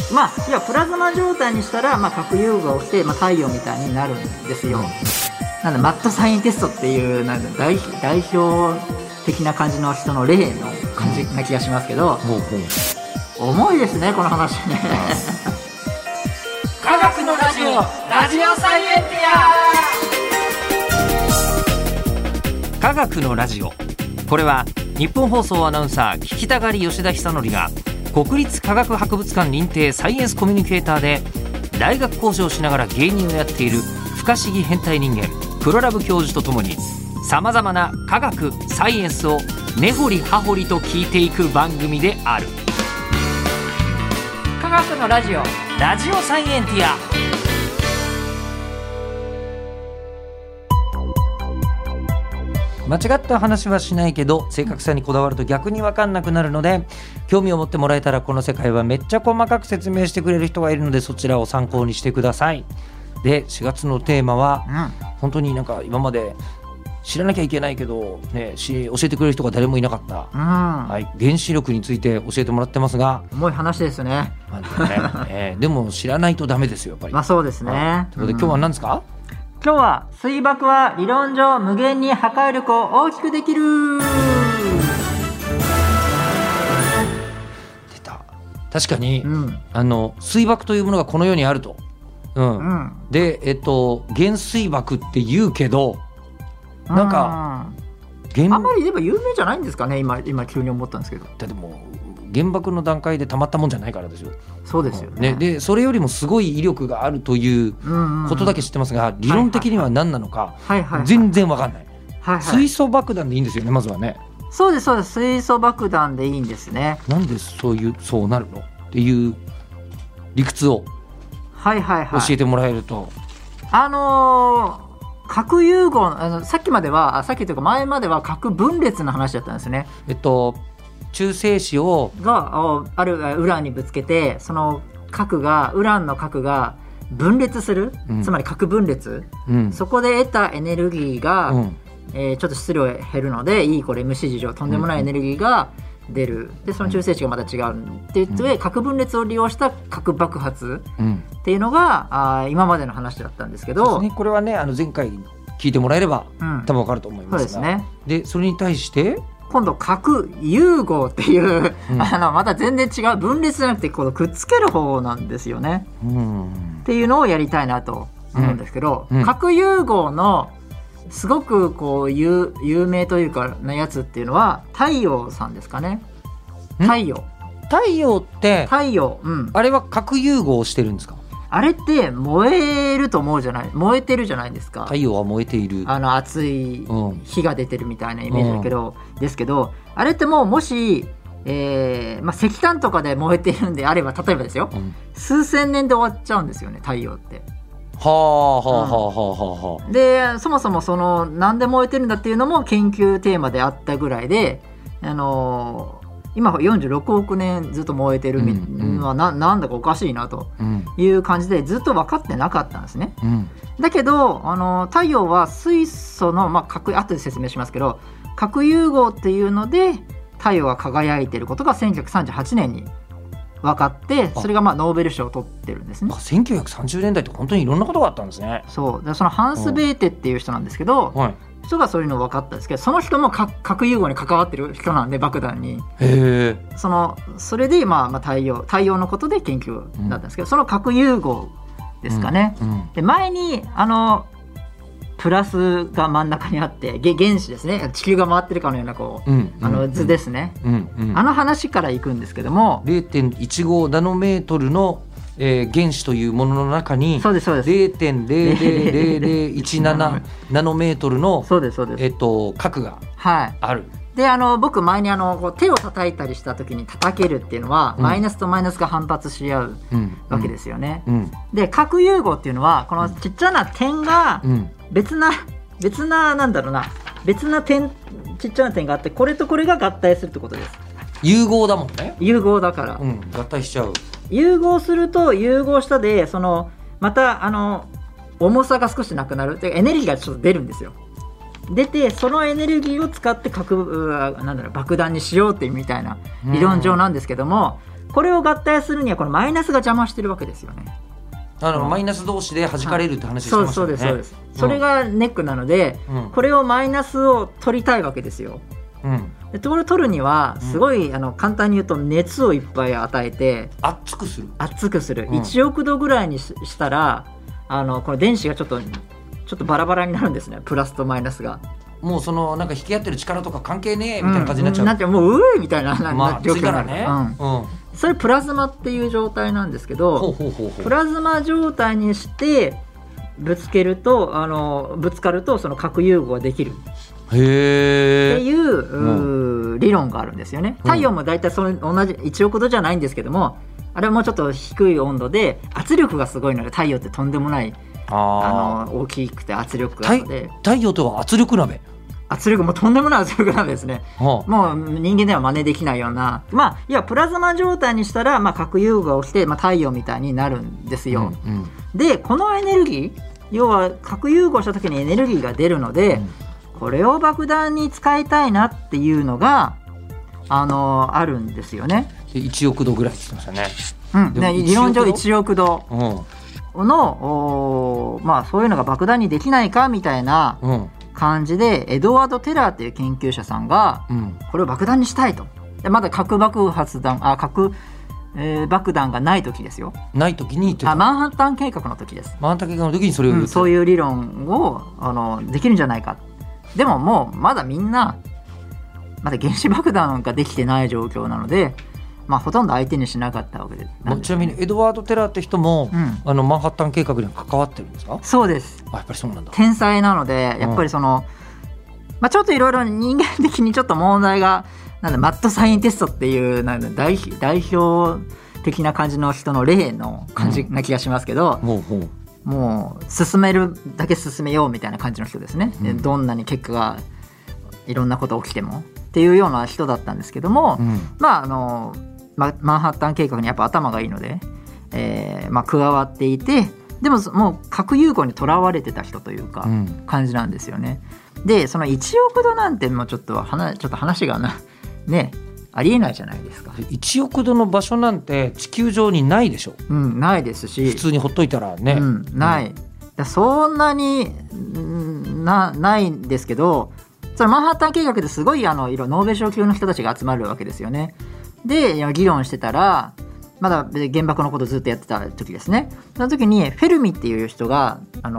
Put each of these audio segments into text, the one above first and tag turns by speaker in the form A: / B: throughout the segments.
A: いやプラズマ状態にしたら、核融合して、太陽みたいになるんですよ。なんでマッドサイエンティストっていうなんか代表的な感じの人の例の感じな気がしますけど、重いですねこの話ね。科学のラジオ、ラジオサイエンティア。
B: 科学のラジオ、これは日本放送アナウンサー聞きたがり吉田久典が国立科学博物館認定サイエンスコミュニケーターで大学講師をしながら芸人をやっている不可思議変態人間プロラブ教授とともに、さまざまな科学サイエンスを根掘り葉掘りと聞いていく番組である。
A: 科学のラジオ、
B: ラジオサイエンティア。間違った話はしないけど正確さにこだわると逆に分かんなくなるので、興味を持ってもらえたらこの世界はめっちゃ細かく説明してくれる人がいるので、そちらを参考にしてください。で、4月のテーマは、本当になんか今まで知らなきゃいけないけど、ね、教えてくれる人が誰もいなかった、はい、原子力について教えてもらってますが、
A: 重い話ですね。
B: でも知らないとダメですよやっぱり。そうですね。ということで今日は何ですか？
A: 今日は水爆は理論上無限に破壊力を大きくできる。
B: 出た。確かに、水爆というものがこの世にあると、で、原水爆って言うけど、なんか
A: あんまりでも有名じゃないんですかね。今急に思ったんですけど。
B: だってもう原爆の段階でたまったもんじゃないからですよ。
A: そうですよね。
B: でそれよりもすごい威力があるということだけ知ってますが、理論的には何なのか全然わかんない。水素爆弾でいいんですよね、まずはね。
A: そうですそうです。水素爆弾でいいんですね。
B: なんでそうなるのっていう理屈を教えてもらえると。
A: 核融合、さっきというか前までは核分裂の話だったんですね。
B: 中性子
A: があるウランにぶつけて、そのウランの核が分裂する、つまり核分裂、そこで得たエネルギーが、ちょっと質量減るので E これ MC 事乗とんでもないエネルギーが出る。でその中性子がまた違うって言って、核分裂を利用した核爆発っていうのが、今までの話だったんですけど、
B: これはね前回聞いてもらえれば、多分分かると思いますが、
A: そうですね。
B: でそれに対して
A: 今度核融合っていう、また全然違う、分裂じゃなくてこのくっつける方なんですよね、っていうのをやりたいなと思うんですけど、核融合のすごくこう有名というかなやつっていうのは太陽さんですかね。太陽って、
B: あれは核融合してるんですか？
A: あれって燃えてるじゃないですか。
B: 太陽は燃えている、
A: 熱い火が出てるみたいなイメージだけど、あれってもし、石炭とかで燃えてるんであれば、例えばですよ、数千年で終わっちゃうんですよね、太陽って。でそもそもなんで燃えてるんだっていうのも研究テーマであったぐらいで、今46億年ずっと燃えてるのはなんだかおかしいなという感じでずっと分かってなかったんですね。だけど太陽は水素の、後で説明しますけど、核融合っていうので太陽が輝いてることが1938年に分かって、それがノーベル賞を取ってるんですね。
B: 1930年代って本当にいろんなことがあったんですね。
A: そうで、そのハンス・ベーテっていう人なんですけど、人がそういうの分かったんですけど、その人も核融合に関わってる人なんで、爆弾に。それで、太陽のことで研究だったんですけど、その核融合ですかね。で前にプラスが真ん中にあって、原子ですね、地球が回ってるかのような図ですね、話からいくんですけども、
B: 0.15 ナノメートルの原子というものの中に 0.000017 ナノメートルの核がある。
A: で僕前に手を叩いたりした時に叩けるっていうのは、マイナスとマイナスが反発し合うわけですよね。で核融合っていうのはこのちっちゃな点が別な点、ちっちゃな点があって、これとこれが合体するってことです。
B: 融合だもんね。
A: 融合だから、
B: 合体しちゃう。
A: 融合すると融合したでまた重さが少しなくなる、エネルギーがちょっと出るんですよ。出てそのエネルギーを使って爆弾にしようっていうみたいな理論上なんですけども、 これを合体するにはこのマイナスが邪魔してるわけですよね。
B: マイナス同士で弾かれるって話してましたよね。
A: そうです。それがネックなので、これをマイナスを取りたいわけですよ。でこれを取るにはすごい、簡単に言うと熱をいっぱい与えて
B: 熱くする、
A: 1億度ぐらいにしたらこの電子がちょっとバラバラになるんですね。プラスとマイナスが
B: もうなんか引き合ってる力とか関係ねえみたいな感じになっちゃう、
A: なんてもうみたいな状況になる、
B: ね、
A: それプラズマっていう状態なんですけど、プラズマ状態にしてぶつかるとその核融合ができるっていう理論があるんですよね。太陽もだいたい同じ1億度じゃないんですけども、あれはもうちょっと低い温度で圧力がすごいので、太陽ってとんでもない大きくて圧力があるので、
B: 太陽とは圧力鍋、
A: もうとんでもない圧力なんですね。もう人間では真似できないような、いやプラズマ状態にしたら、核融合が起きて、太陽みたいになるんですよ。でこのエネルギー、要は核融合した時にエネルギーが出るので、これを爆弾に使いたいなっていうのがあるんですよね。
B: 1億度ぐらいって言ってましたね。
A: 理論上1億度の、そういうのが爆弾にできないかみたいな感じで、エドワード・テラーっていう研究者さんがこれを爆弾にしたいと。まだ核爆弾がない時ですよ。
B: ない時に
A: マンハッタン計画の時です。
B: マンハッタン計画の時にそれを言って、
A: そういう理論をできるんじゃないか。でももうまだみんなまだ原子爆弾ができてない状況なので、ほとんど相手にしなかったわけです。
B: ちなみにエドワード・テラーって人も、マンハッタン計画には関わってるんですか？
A: そうです。
B: やっぱりそうなんだ。
A: 天才なので、やっぱりちょっといろいろ人間的にちょっと問題がマッドサイエンティストっていう代表的な感じの人の例の感じな気がしますけど、もう進めるだけ進めようみたいな感じの人ですね。どんなに結果がいろんなこと起きてもっていうような人だったんですけども、マンハッタン計画にやっぱ頭がいいので、加わっていて、でももう核融合にとらわれてた人というか、感じなんですよね。でその1億度なんてもうちょっと話がねありえないじゃないですか。
B: 1億度の場所なんて地球上にないでしょ。
A: ないですし、
B: 普通にほっといたらね、
A: ない。そんなにないんですけど、そのマンハッタン計画ですごいノーベル賞級の人たちが集まるわけですよね。で議論してたら、まだ原爆のことずっとやってた時ですね。その時にフェルミっていう人が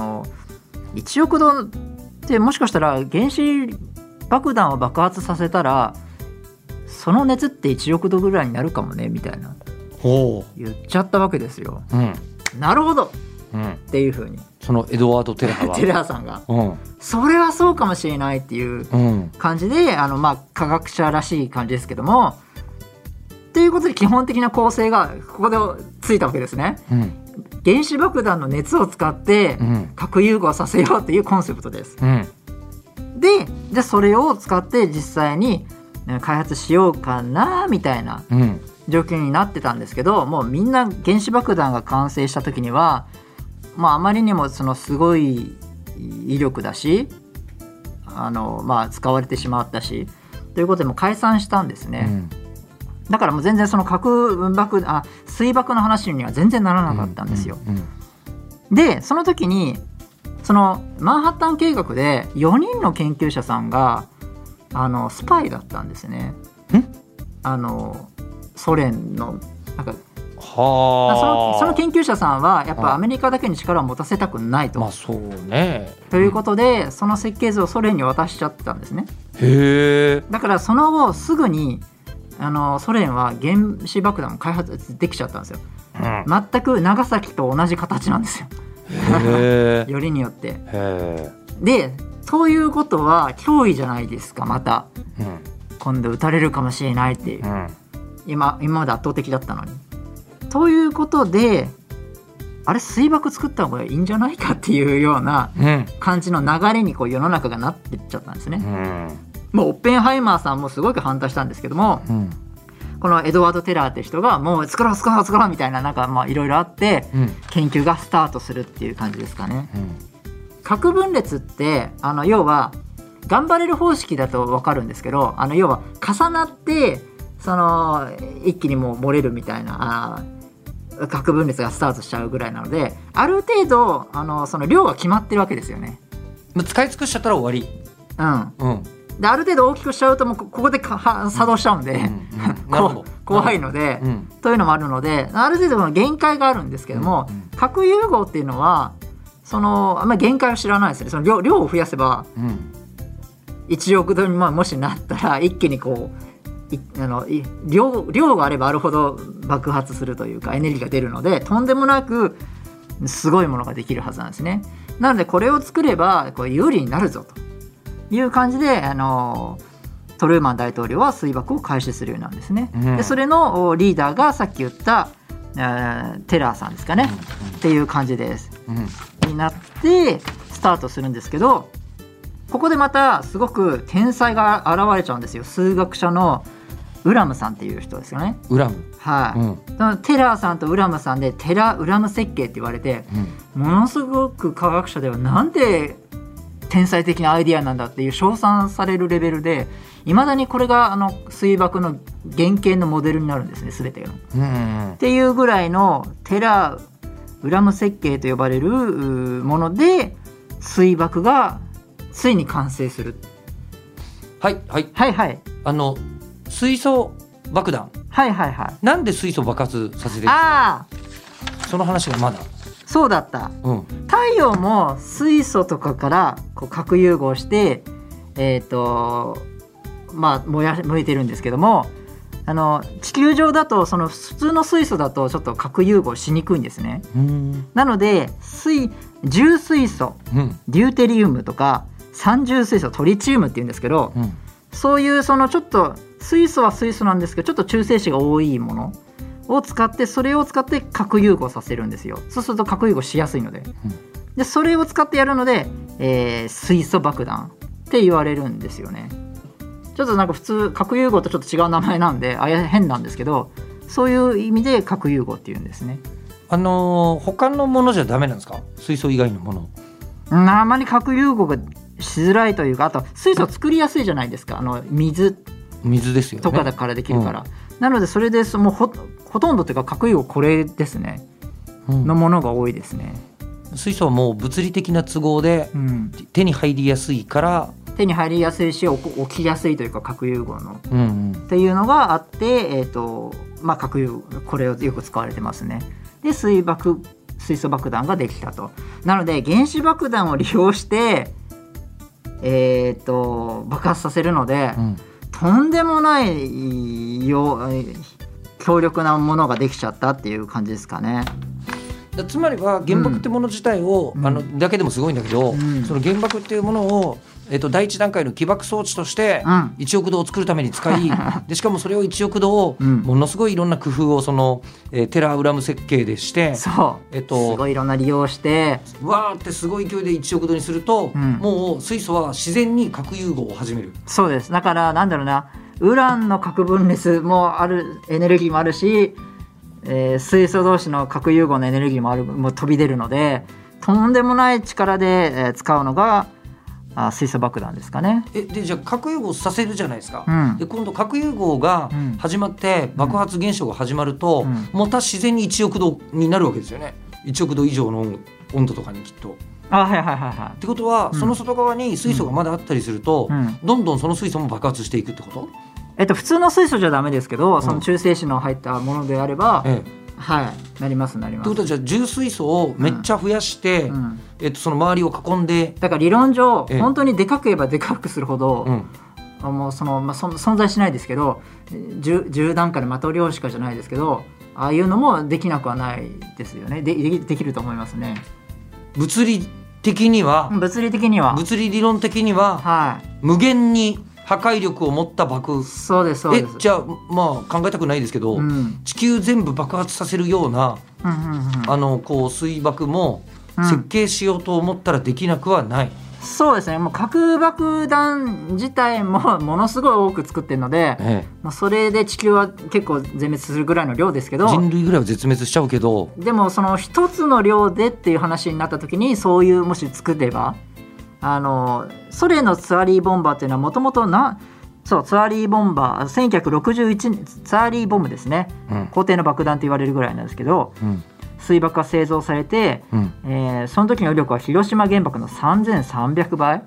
A: 1億度ってもしかしたら原子爆弾を爆発させたらその熱って1億度ぐらいになるかもねみたいな言っちゃったわけですよ。なるほど、っていう風に
B: そのエドワード・テラーは
A: テラーさんが、それはそうかもしれないっていう感じで、科学者らしい感じですけども、っていうことで基本的な構成がここでついたわけですね。原子爆弾の熱を使って核融合させようっていうコンセプトです。でそれを使って実際に開発しようかなみたいな状況になってたんですけど、もうみんな原子爆弾が完成した時にはあまりにもそのすごい威力だし使われてしまったしということでもう解散したんですね。だからもう全然その水爆の話には全然ならなかったんですよ。でその時にそのマンハッタン計画で4人の研究者さんがスパイだったんですね。ソ連のその研究者さんはやっぱアメリカだけに力を持たせたくないと、ということでその設計図をソ連に渡しちゃってたんですね。だからその後すぐにソ連は原子爆弾を開発できちゃったんですよ。全く長崎と同じ形なんですよ。よりによって。でそういうことは脅威じゃないですか。また、今度撃たれるかもしれないっていう、今まで圧倒的だったのに。ということであれ水爆作った方がいいんじゃないかっていうような感じの流れに世の中がなっていっちゃったんですね。もうオッペンハイマーさんもすごく反対したんですけども、このエドワード・テラーって人がもう作ろうみたいないろいろあって、研究がスタートするっていう感じですかね。核分裂って要はガンバレル方式だと分かるんですけど、要は重なってその一気にもう漏れるみたいな核分裂がスタートしちゃうぐらいなので、ある程度その量が決まってるわけですよね。
B: 使い尽くしちゃったら終わり。
A: である程度大きくしちゃうともうここで作動しちゃうんで、怖いので、というのもあるので、ある程度の限界があるんですけども、核融合っていうのはあんまり限界を知らないですね。その量を増やせば、1億度にもしなったら一気に量があればあるほど爆発するというかエネルギーが出るので、とんでもなくすごいものができるはずなんですね。なのでこれを作れば有利になるぞという感じでトルーマン大統領は水爆を開始するようなんですね。でそれのリーダーがさっき言ったテラーさんですかね、っていう感じです、になってスタートするんですけど、ここでまたすごく天才が現れちゃうんですよ。数学者のウラムさんっていう人ですよね。
B: ウラム、
A: テラーさんとウラムさんでテラ・ウラム設計って言われて、ものすごく科学者ではなんで天才的なアイディアなんだっていう称賛されるレベルで、いまだにこれが水爆の原型のモデルになるんですね、全ての、っていうぐらいのテラ・ウラム設計と呼ばれるもので水爆がついに完成する。
B: 水素爆弾、なんで水素爆発させてるんですか？その話がまだ
A: そうだった、太陽も水素とかから核融合して燃えてるんですけども、地球上だとその普通の水素だとちょっと核融合しにくいんですね。なので重水素、デューテリウムとか三重水素トリチウムっていうんですけど、そういうそのちょっと水素は水素なんですけどちょっと中性子が多いものを使って、それを使って核融合させるんですよ。そうすると核融合しやすいので、でそれを使ってやるので、水素爆弾って言われるんですよね。ちょっとなんか普通核融合とちょっと違う名前なんで変なんですけど、そういう意味で核融合っていうんですね。
B: 他のものじゃダメなんですか？水素以外のもの。
A: あまり核融合がしづらいというか、あと水素作りやすいじゃないですか。水
B: ですよね、
A: とかだからできるから、なのでそれでもうほとんどというか核融合これですね、のものが多いですね。
B: 水素はもう物理的な都合で手に入りやすいから、
A: 手に入りやすいし起きやすいというか核融合の、っていうのがあって、核融合これをよく使われてますね。で水素爆弾ができたと。なので原子爆弾を利用して、爆発させるので、とんでもない強力なものができちゃったっていう感じですかね。
B: つまりは原爆ってもの自体を、だけでもすごいんだけど、その原爆っていうものを、第一段階の起爆装置として1億度を作るために使い、でしかもそれを1億度をものすごいいろんな工夫をその、テラ・ウラム設計でして、
A: すごいいろんな利用して
B: わーってすごい勢いで1億度にすると、もう水素は自然に核融合を始める。
A: そうです。だからなんだろうな、ウランの核分裂もある、エネルギーもあるし、水素同士の核融合のエネルギーも飛び出るので、とんでもない力で、使うのが水素爆弾ですかね。
B: でじゃあ核融合させるじゃないですか、で今度核融合が始まって爆発現象が始まると、また自然に1億度になるわけですよね。1億度以上の温度とかにきっと。ってことは、その外側に水素がまだあったりすると、どんどんその水素も爆発していくってこと？
A: 普通の水素じゃダメですけど、その中性子の入ったものであれば、なります。って
B: ことはじゃあ重水素をめっちゃ増やして、その周りを囲んで、
A: だから理論上本当にでかく言えばでかくするほど、もう存在しないですけど、10段階の的量子化じゃないですけど、ああいうのもできなくはないですよね。できると思いますね。
B: 物理的には
A: 物理
B: 理論的には、無限に破壊力を持った爆。
A: そうです。
B: じゃあ考えたくないですけど、地球全部爆発させるような、水爆も設計しようと思ったらできなくはない。
A: そうですね。もう核爆弾自体もものすごい多く作ってるので、それで地球は結構全滅するぐらいの量ですけど、
B: 人類ぐらいは絶滅しちゃうけど、
A: でもその一つの量でっていう話になった時に、そういうもし作れば、ソ連のツアリーボンバーっていうのはもともとそうツァーリーボンバー1961年ツァーリーボムですね、皇帝の爆弾と言われるぐらいなんですけど、水爆が製造されて、その時の威力は広島原爆の3300倍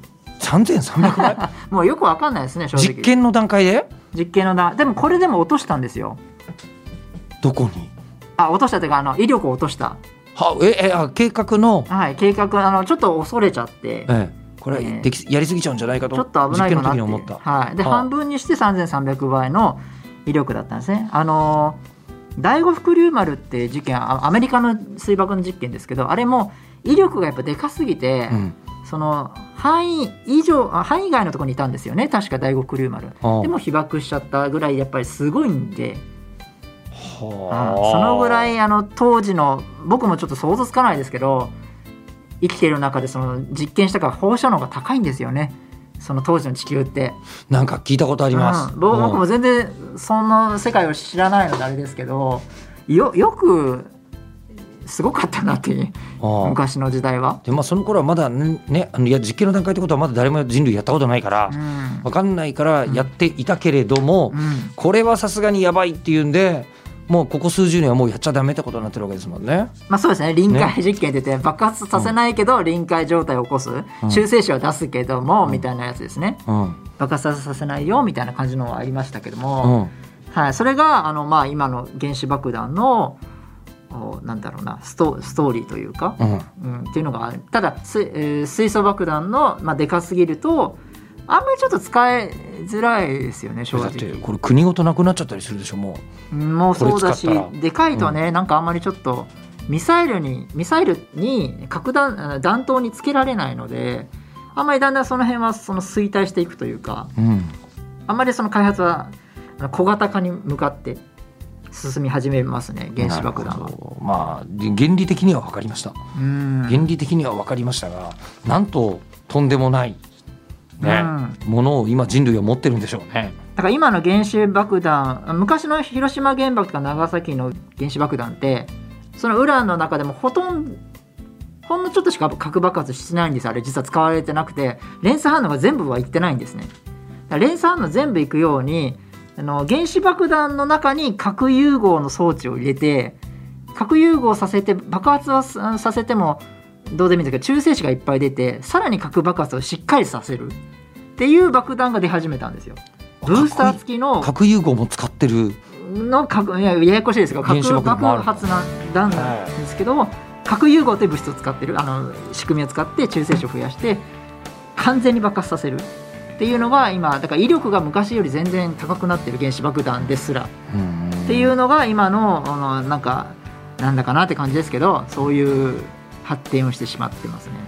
B: 3300倍
A: もうよくわかんないですね正直。
B: 実験の段階で
A: でもこれでも落としたんですよ。
B: どこに
A: 落としたというか威力を落とした
B: 計画の、
A: 計画ちょっと恐れちゃって、
B: これはやりすぎちゃうんじゃないかと
A: ちょっと危ないかなって
B: 実験の時に思った、
A: で半分にして3300倍の威力だったんですね。第五福竜丸って事件アメリカの水爆の実験ですけど、あれも威力がやっぱでかすぎて、その範囲外のところにいたんですよね確か第五福竜丸でも被爆しちゃったぐらいやっぱりすごいんで、そのぐらい当時の僕もちょっと想像つかないですけど、生きている中でその実験したから放射能が高いんですよねその当時の地球って。
B: なんか聞いたことあります、
A: 僕も全然その世界を知らないのであれですけど、よくすごかったなっていう昔の時代は。
B: で、その頃はまだね実験の段階ってことはまだ誰も人類やったことないから、分かんないからやっていたけれども、これはさすがにやばいっていうんでもうここ数十年はもうやっちゃダメってことになってるわけですもんね。
A: そうですね。臨界実験って言って爆発させないけど臨界状態を起こす、中性子を出すけども、みたいなやつですね、爆発させないよみたいな感じのはありましたけども、それが今の原子爆弾のなんだろうなストーリーというか、っていうのがある。ただ水素爆弾の、でかすぎるとあんまりちょっと使いづらいですよね正直。
B: だってこれ国ごとなくなっちゃったりするでしょも
A: うそうだし、でかいとね、なんかあんまりちょっとミサイルに核弾頭につけられないので、あんまりだんだんその辺はその衰退していくというか、あんまりその開発は小型化に向かって進み始めますね原子爆弾は。
B: 原理的には分かりました。原理的には分かりましたが、なんととんでもないものを今人類は持ってるんでしょうね。
A: だから今の原子爆弾、昔の広島原爆とか長崎の原子爆弾ってそのウランの中でもほんのちょっとしか核爆発してないんです。あれ実は使われてなくて連鎖反応が全部はいってないんですね。だから連鎖反応全部いくように原子爆弾の中に核融合の装置を入れて核融合させて爆発はさせてもどうでもいいんだけど中性子がいっぱい出てさらに核爆発をしっかりさせるっていう爆弾が出始めたんですよ。ブースター付きの
B: 核融合も使ってる
A: のややこしいですが核爆発なんですけど、核融合という物質を使ってる仕組みを使って中性子を増やして完全に爆発させるっていうのが今だから威力が昔より全然高くなってる原子爆弾ですらっていうのが今のなんだかなって感じですけど、そういう発展をしてしまってますね。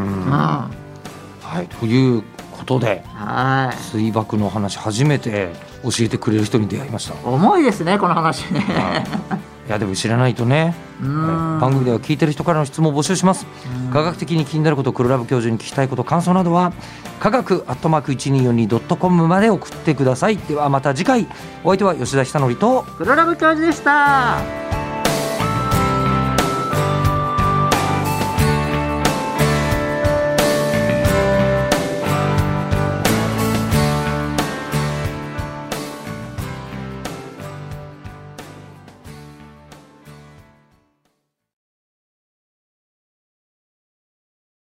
B: ということで水爆の話初めて教えてくれる人に出会いました。
A: 重いですねこの話ね
B: いやでも知らないとね。番組では聞いてる人からの質問を募集します。科学的に気になること、黒ラブ教授に聞きたいこと、感想などは科学@1242.com まで送ってください。ではまた次回。お相手は吉田久典と
A: 黒ラブ教授でした。